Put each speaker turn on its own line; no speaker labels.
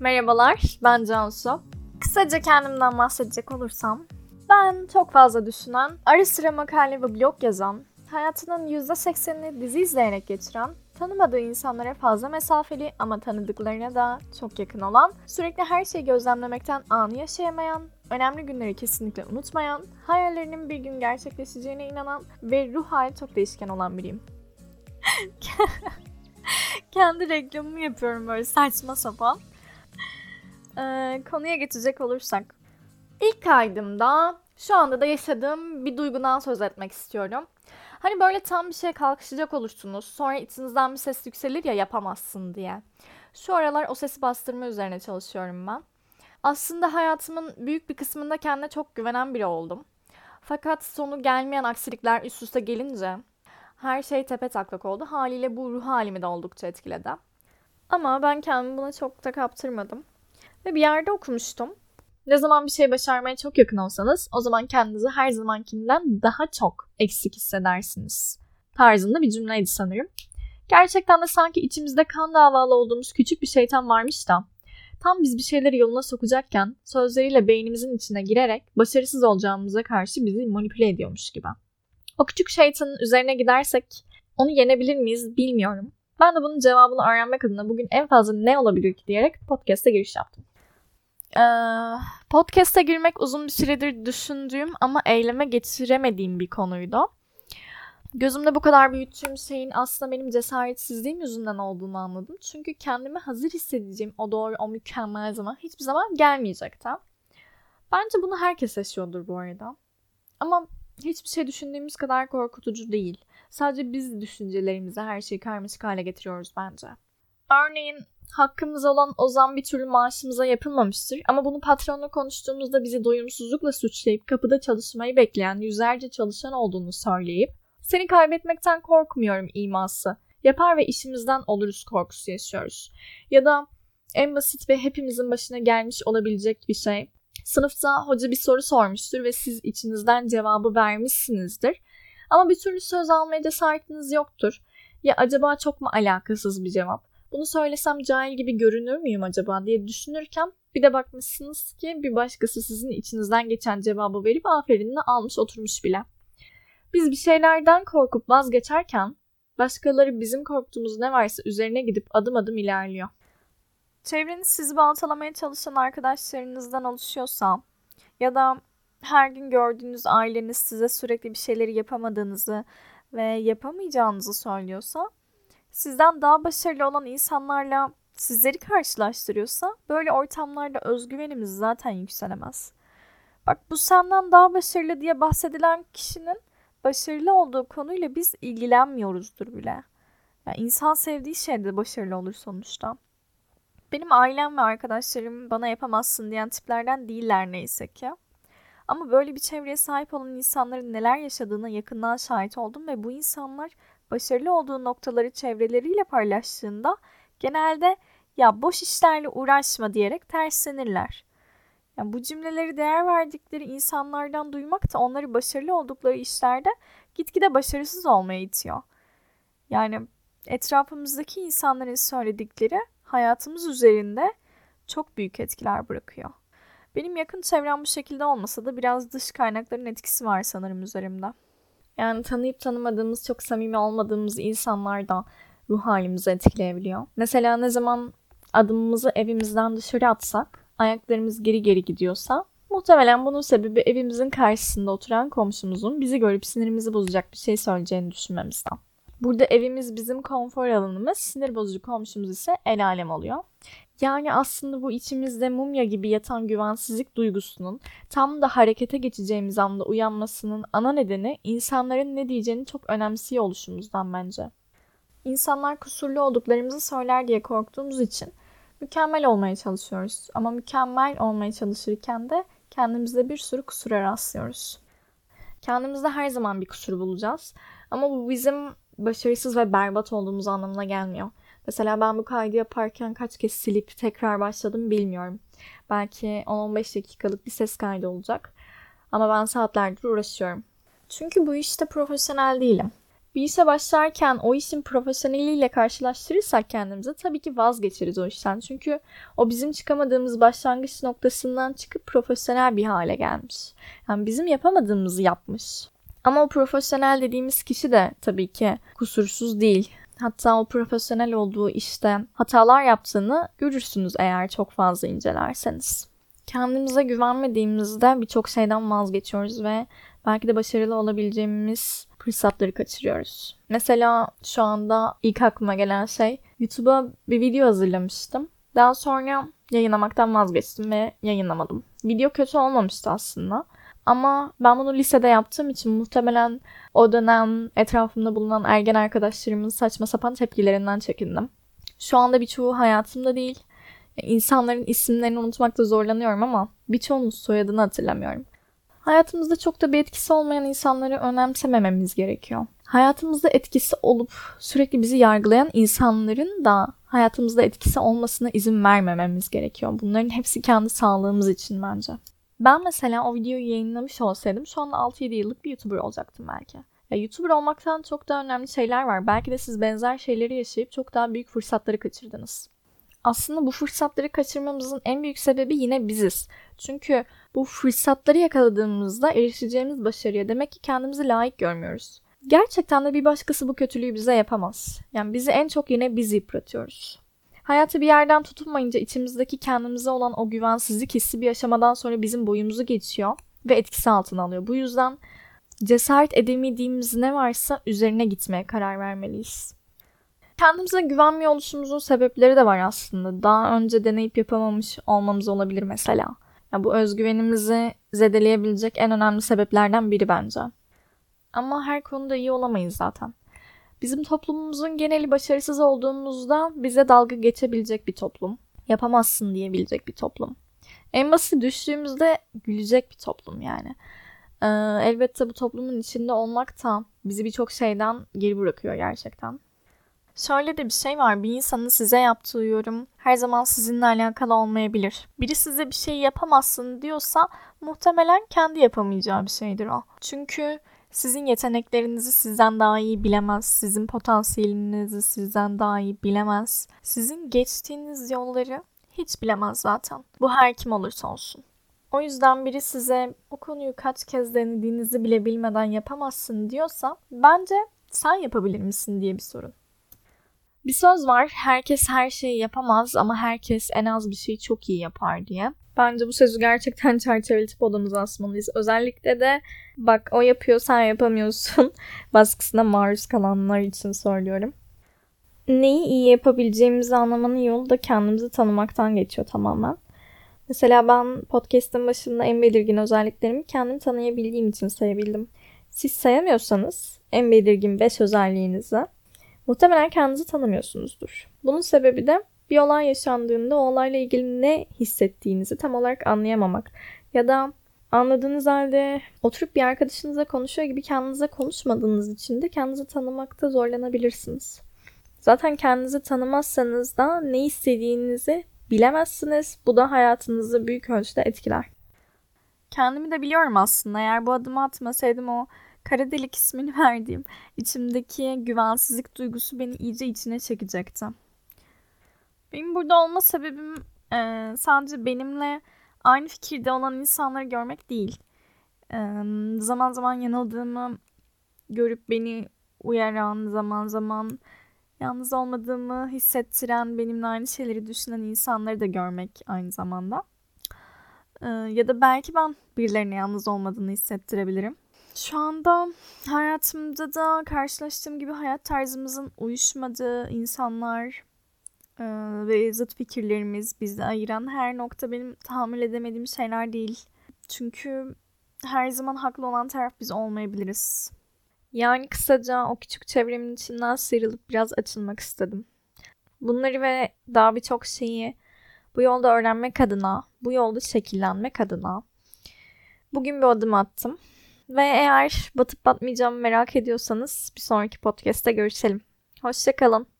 Merhabalar, ben Cansu. Kısaca kendimden bahsedecek olursam, ben çok fazla düşünen, ara sıra makale ve blog yazan, hayatının %80'ini dizi izleyerek geçiren, tanımadığı insanlara fazla mesafeli ama tanıdıklarına da çok yakın olan, sürekli her şeyi gözlemlemekten anı yaşayamayan, önemli günleri kesinlikle unutmayan, hayallerinin bir gün gerçekleşeceğine inanan ve ruh hali çok değişken olan biriyim. Kendi reklamımı yapıyorum böyle saçma sapan. Konuya geçecek olursak. İlk kaydımda şu anda da yaşadığım bir duygudan söz etmek istiyorum. Hani böyle tam bir şeye kalkışacak olursunuz. Sonra içinizden bir ses yükselir ya yapamazsın diye. Şu aralar o sesi bastırma üzerine çalışıyorum ben. Aslında hayatımın büyük bir kısmında kendine çok güvenen biri oldum. Fakat sonu gelmeyen aksilikler üst üste gelince her şey tepetaklak oldu. Haliyle bu ruh halimi de oldukça etkiledi. Ama ben kendimi buna çok da kaptırmadım. Ve bir yerde okumuştum. Ne zaman bir şey başarmaya çok yakın olsanız o zaman kendinizi her zamankinden daha çok eksik hissedersiniz. Tarzında bir cümleydi sanırım. Gerçekten de sanki içimizde kan davalı olduğumuz küçük bir şeytan varmış da tam biz bir şeyleri yoluna sokacakken sözleriyle beynimizin içine girerek başarısız olacağımıza karşı bizi manipüle ediyormuş gibi. O küçük şeytanın üzerine gidersek onu yenebilir miyiz bilmiyorum. Ben de bunun cevabını öğrenmek adına bugün en fazla ne olabilir ki diyerek podcast'a giriş yaptım. Podcast'a girmek uzun bir süredir düşündüğüm ama eyleme geçiremediğim bir konuydu. Gözümde bu kadar büyüttüğüm şeyin aslında benim cesaretsizliğim yüzünden olduğunu anladım. Çünkü kendimi hazır hissedeceğim o doğru, o mükemmel zaman hiçbir zaman gelmeyecekti. Bence bunu herkes yaşıyordur bu arada. Ama hiçbir şey düşündüğümüz kadar korkutucu değil. Sadece biz düşüncelerimize her şeyi karmaşık hale getiriyoruz bence. Örneğin hakkımız olan o zam bir türlü maaşımıza yapılmamıştır ama bunu patronla konuştuğumuzda bizi doyumsuzlukla suçlayıp kapıda çalışmayı bekleyen yüzlerce çalışan olduğunu söyleyip seni kaybetmekten korkmuyorum iması yapar ve işimizden oluruz korkusu yaşıyoruz. Ya da en basit ve hepimizin başına gelmiş olabilecek bir şey. Sınıfta hoca bir soru sormuştur ve siz içinizden cevabı vermişsinizdir. Ama bir türlü söz almaya cesaretiniz yoktur. Ya acaba çok mu alakasız bir cevap? Bunu söylesem cahil gibi görünür müyüm acaba diye düşünürken bir de bakmışsınız ki bir başkası sizin içinizden geçen cevabı verip aferinini almış oturmuş bile. Biz bir şeylerden korkup vazgeçerken başkaları bizim korktuğumuz ne varsa üzerine gidip adım adım ilerliyor. Çevreniz sizi baltalamaya çalışan arkadaşlarınızdan oluşuyorsa ya da her gün gördüğünüz aileniz size sürekli bir şeyleri yapamadığınızı ve yapamayacağınızı söylüyorsa, sizden daha başarılı olan insanlarla sizleri karşılaştırıyorsa böyle ortamlarda özgüvenimiz zaten yükselemez. Bak bu senden daha başarılı diye bahsedilen kişinin başarılı olduğu konuyla biz ilgilenmiyoruzdur bile. Yani insan sevdiği şeyde başarılı olur sonuçta. Benim ailem ve arkadaşlarım bana yapamazsın diyen tiplerden değiller neyse ki. Ama böyle bir çevreye sahip olan insanların neler yaşadığına yakından şahit oldum ve bu insanlar başarılı olduğu noktaları çevreleriyle paylaştığında genelde ya boş işlerle uğraşma diyerek terslenirler. Yani bu cümleleri değer verdikleri insanlardan duymak da onları başarılı oldukları işlerde gitgide başarısız olmaya itiyor. Yani etrafımızdaki insanların söyledikleri hayatımız üzerinde çok büyük etkiler bırakıyor. Benim yakın çevrem bu şekilde olmasa da biraz dış kaynakların etkisi var sanırım üzerimde. Yani tanıyıp tanımadığımız, çok samimi olmadığımız insanlar da ruh halimizi etkileyebiliyor. Mesela ne zaman adımımızı evimizden dışarı atsak, ayaklarımız geri geri gidiyorsa, muhtemelen bunun sebebi evimizin karşısında oturan komşumuzun bizi görüp sinirimizi bozacak bir şey söyleyeceğini düşünmemizden. Burada evimiz bizim konfor alanımız, sinir bozucu komşumuz ise el alem oluyor. Yani aslında bu içimizde mumya gibi yatan güvensizlik duygusunun tam da harekete geçeceğimiz anda uyanmasının ana nedeni insanların ne diyeceğini çok önemsiyor oluşumuzdan bence. İnsanlar kusurlu olduklarımızı söyler diye korktuğumuz için mükemmel olmaya çalışıyoruz. Ama mükemmel olmaya çalışırken de kendimizde bir sürü kusura rastlıyoruz. Kendimizde her zaman bir kusur bulacağız. Ama bu bizim başarısız ve berbat olduğumuz anlamına gelmiyor. Mesela ben bu kaydı yaparken kaç kez silip tekrar başladım bilmiyorum. Belki 10-15 dakikalık bir ses kaydı olacak. Ama ben saatlerdir uğraşıyorum. Çünkü bu işte profesyonel değilim. Bir işe başlarken o işin profesyoneliyle karşılaştırırsak kendimizi tabii ki vazgeçeriz o işten. Çünkü o bizim çıkamadığımız başlangıç noktasından çıkıp profesyonel bir hale gelmiş. Yani bizim yapamadığımızı yapmış. Ama o profesyonel dediğimiz kişi de tabii ki kusursuz değil. Hatta o profesyonel olduğu işte hatalar yaptığını görürsünüz eğer çok fazla incelerseniz. Kendimize güvenmediğimizde birçok şeyden vazgeçiyoruz ve belki de başarılı olabileceğimiz fırsatları kaçırıyoruz. Mesela şu anda ilk aklıma gelen şey, YouTube'a bir video hazırlamıştım. Daha sonra yayınlamaktan vazgeçtim ve yayınlamadım. Video kötü olmamıştı aslında. Ama ben bunu lisede yaptığım için muhtemelen o dönem etrafımda bulunan ergen arkadaşlarımın saçma sapan tepkilerinden çekindim. Şu anda birçoğu hayatımda değil. İnsanların isimlerini unutmakta zorlanıyorum ama birçoğunun soyadını hatırlamıyorum. Hayatımızda çok da bir etkisi olmayan insanları önemsemememiz gerekiyor. Hayatımızda etkisi olup sürekli bizi yargılayan insanların da hayatımızda etkisi olmasına izin vermememiz gerekiyor. Bunların hepsi kendi sağlığımız için bence. Ben mesela o videoyu yayınlamış olsaydım şu anda 6-7 yıllık bir YouTuber olacaktım belki. Ya YouTuber olmaktan çok daha önemli şeyler var. Belki de siz benzer şeyleri yaşayıp çok daha büyük fırsatları kaçırdınız. Aslında bu fırsatları kaçırmamızın en büyük sebebi yine biziz. Çünkü bu fırsatları yakaladığımızda erişeceğimiz başarıya demek ki kendimizi layık görmüyoruz. Gerçekten de bir başkası bu kötülüğü bize yapamaz. Yani bizi en çok yine biz yıpratıyoruz. Hayatı bir yerden tutunmayınca içimizdeki kendimize olan o güvensizlik hissi bir aşamadan sonra bizim boyumuzu geçiyor ve etkisi altına alıyor. Bu yüzden cesaret edemediğimiz ne varsa üzerine gitmeye karar vermeliyiz. Kendimize güvenmiyor oluşumuzun sebepleri de var aslında. Daha önce deneyip yapamamış olmamız olabilir mesela. Yani bu özgüvenimizi zedeleyebilecek en önemli sebeplerden biri bence. Ama her konuda iyi olamayız zaten. Bizim toplumumuzun geneli başarısız olduğumuzda bize dalga geçebilecek bir toplum. Yapamazsın diyebilecek bir toplum. En basit düştüğümüzde gülecek bir toplum yani. Elbette bu toplumun içinde olmak da bizi birçok şeyden geri bırakıyor gerçekten. Şöyle de bir şey var. Bir insanın size yaptığı yorum her zaman sizinle alakalı olmayabilir. Biri size bir şey yapamazsın diyorsa muhtemelen kendi yapamayacağı bir şeydir o. Çünkü sizin yeteneklerinizi sizden daha iyi bilemez. Sizin potansiyelinizi sizden daha iyi bilemez. Sizin geçtiğiniz yolları hiç bilemez zaten. Bu her kim olursa olsun. O yüzden biri size o konuyu kaç kez denediğinizi bile bilmeden yapamazsın diyorsa bence sen yapabilir misin diye bir sorun. Bir söz var, herkes her şeyi yapamaz ama herkes en az bir şeyi çok iyi yapar diye. Bence bu sözü gerçekten çerçeveletip odamıza asmalıyız. Özellikle de bak o yapıyor sen yapamıyorsun baskısına maruz kalanlar için söylüyorum. Neyi iyi yapabileceğimizi anlamanın yolu da kendimizi tanımaktan geçiyor tamamen. Mesela ben podcast'ın başında en belirgin özelliklerimi kendimi tanıyabildiğim için sayabildim. Siz sayamıyorsanız en belirgin 5 özelliğinizi muhtemelen kendinizi tanımıyorsunuzdur. Bunun sebebi de bir olay yaşandığında o olayla ilgili ne hissettiğinizi tam olarak anlayamamak. Ya da anladığınız halde oturup bir arkadaşınıza konuşuyor gibi kendinize konuşmadığınız için de kendinizi tanımakta zorlanabilirsiniz. Zaten kendinizi tanımazsanız da ne istediğinizi bilemezsiniz. Bu da hayatınızı büyük ölçüde etkiler. Kendimi de biliyorum aslında. Eğer bu adımı atmasaydım o kara delik ismini verdiğim içimdeki güvensizlik duygusu beni iyice içine çekecekti. Benim burada olma sebebim sadece benimle aynı fikirde olan insanları görmek değil. Zaman zaman yanıldığımı görüp beni uyaran, zaman zaman yalnız olmadığımı hissettiren, benimle aynı şeyleri düşünen insanları da görmek aynı zamanda. Ya da belki ben birilerine yalnız olmadığını hissettirebilirim. Şu anda hayatımda da karşılaştığım gibi hayat tarzımızın uyuşmadığı insanlar ve zıt fikirlerimiz bizi ayıran her nokta benim tahammül edemediğim şeyler değil. Çünkü her zaman haklı olan taraf biz olmayabiliriz. Yani kısaca o küçük çevremin içinden sıyrılıp biraz açılmak istedim. Bunları ve daha birçok şeyi bu yolda öğrenmek adına, bu yolda şekillenmek adına bugün bir adım attım. Ve eğer batıp batmayacağımı merak ediyorsanız bir sonraki podcast'te görüşelim. Hoşça kalın.